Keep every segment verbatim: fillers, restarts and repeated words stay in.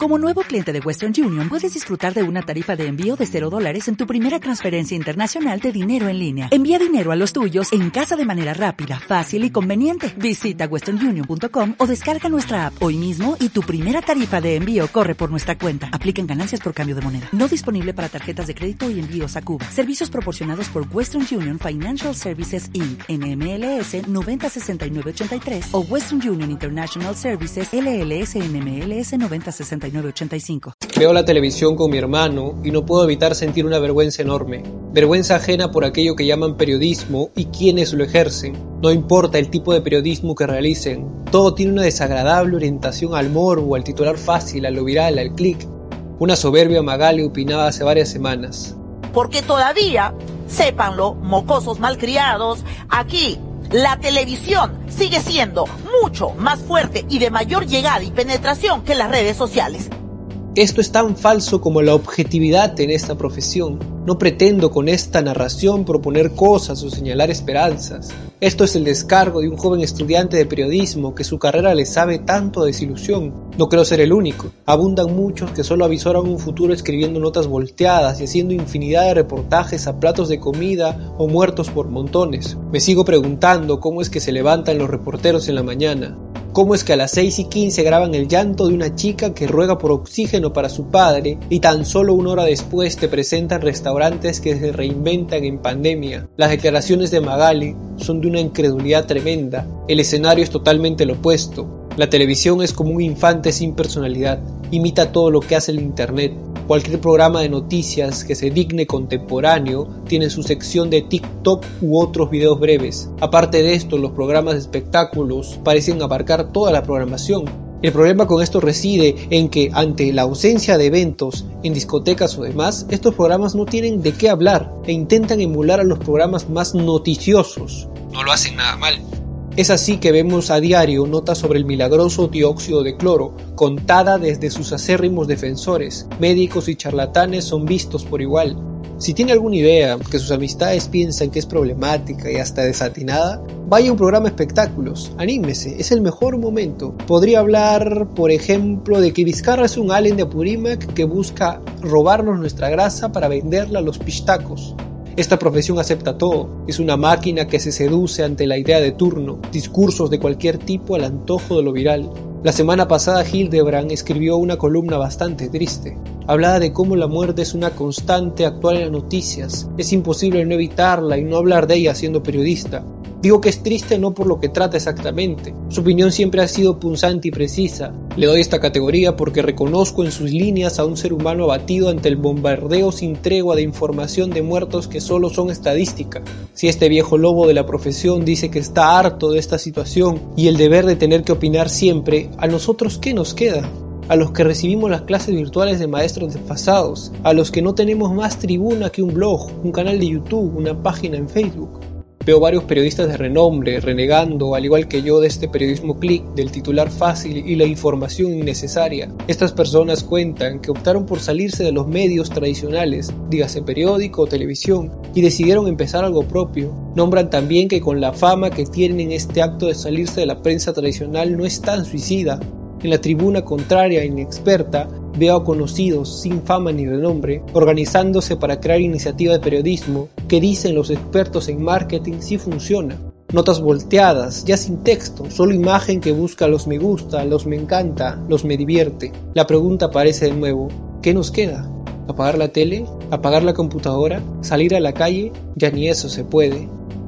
Como nuevo cliente de Western Union, puedes disfrutar de una tarifa de envío de cero dólares en tu primera transferencia internacional de dinero en línea. Envía dinero a los tuyos en casa de manera rápida, fácil y conveniente. Visita western union punto com o descarga nuestra app hoy mismo y tu primera tarifa de envío corre por nuestra cuenta. Aplican ganancias por cambio de moneda. No disponible para tarjetas de crédito y envíos a Cuba. Servicios proporcionados por Western Union Financial Services incorporated. N M L S noventa sesenta y nueve ochenta y tres o Western Union International Services L L S N M L S noventa sesenta y nueve ochenta y cinco. Veo la televisión con mi hermano y no puedo evitar sentir una vergüenza enorme. Vergüenza ajena por aquello que llaman periodismo y quienes lo ejercen. No importa el tipo de periodismo que realicen, todo tiene una desagradable orientación al morbo, al titular fácil, a lo viral, al clic. Una soberbia Magali opinaba hace varias semanas. Porque todavía, sépanlo, mocosos malcriados, aquí la televisión sigue siendo mucho más fuerte y de mayor llegada y penetración que las redes sociales. Esto es tan falso como la objetividad en esta profesión. No pretendo con esta narración proponer cosas o señalar esperanzas. Esto es el descargo de un joven estudiante de periodismo que su carrera le sabe tanto a desilusión. No creo ser el único. Abundan muchos que solo avisoran un futuro escribiendo notas volteadas y haciendo infinidad de reportajes a platos de comida o muertos por montones. Me sigo preguntando cómo es que se levantan los reporteros en la mañana. ¿Cómo es que a las seis y quince graban el llanto de una chica que ruega por oxígeno para su padre y tan solo una hora después te presentan restaurantes que se reinventan en pandemia? Las declaraciones de Magali son de una incredulidad tremenda. El escenario es totalmente lo opuesto. La televisión es como un infante sin personalidad. Imita todo lo que hace el internet. Cualquier programa de noticias que se digne contemporáneo tiene su sección de TikTok u otros videos breves. Aparte de esto, los programas de espectáculos parecen abarcar toda la programación. El problema con esto reside en que, ante la ausencia de eventos en discotecas o demás, estos programas no tienen de qué hablar e intentan emular a los programas más noticiosos. No lo hacen nada mal. Es así que vemos a diario notas sobre el milagroso dióxido de cloro, contada desde sus acérrimos defensores. Médicos y charlatanes son vistos por igual. Si tiene alguna idea que sus amistades piensan que es problemática y hasta desatinada, vaya a un programa de espectáculos, anímese, es el mejor momento. Podría hablar, por ejemplo, de que Vizcarra es un alien de Apurímac que busca robarnos nuestra grasa para venderla a los pistacos. Esta profesión acepta todo, es una máquina que se seduce ante la idea de turno, discursos de cualquier tipo al antojo de lo viral. La semana pasada Hildebrand escribió una columna bastante triste. Hablaba de cómo la muerte es una constante actual en las noticias, es imposible no evitarla y no hablar de ella siendo periodista. Digo que es triste no por lo que trata exactamente, su opinión siempre ha sido punzante y precisa. Le doy esta categoría porque reconozco en sus líneas a un ser humano abatido ante el bombardeo sin tregua de información de muertos que solo son estadística. Si este viejo lobo de la profesión dice que está harto de esta situación y el deber de tener que opinar siempre, ¿a nosotros qué nos queda? A los que recibimos las clases virtuales de maestros desfasados, a los que no tenemos más tribuna que un blog, un canal de YouTube, una página en Facebook. Veo varios periodistas de renombre renegando, al igual que yo, de este periodismo click, del titular fácil y la información innecesaria. Estas personas cuentan que optaron por salirse de los medios tradicionales, dígase periódico o televisión, y decidieron empezar algo propio. Nombran también que con la fama que tienen en este acto de salirse de la prensa tradicional no es tan suicida. En la tribuna contraria e inexperta, veo a conocidos sin fama ni renombre organizándose para crear iniciativa de periodismo que dicen los expertos en marketing sí funciona. Notas volteadas, ya sin texto, solo imagen que busca los me gusta, los me encanta, los me divierte. La pregunta aparece de nuevo, ¿qué nos queda? ¿Apagar la tele? ¿Apagar la computadora? ¿Salir a la calle? Ya ni eso se puede.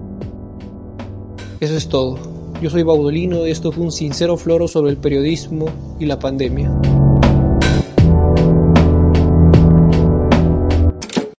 Eso es todo. Yo soy Baudolino y esto fue un sincero floro sobre el periodismo y la pandemia.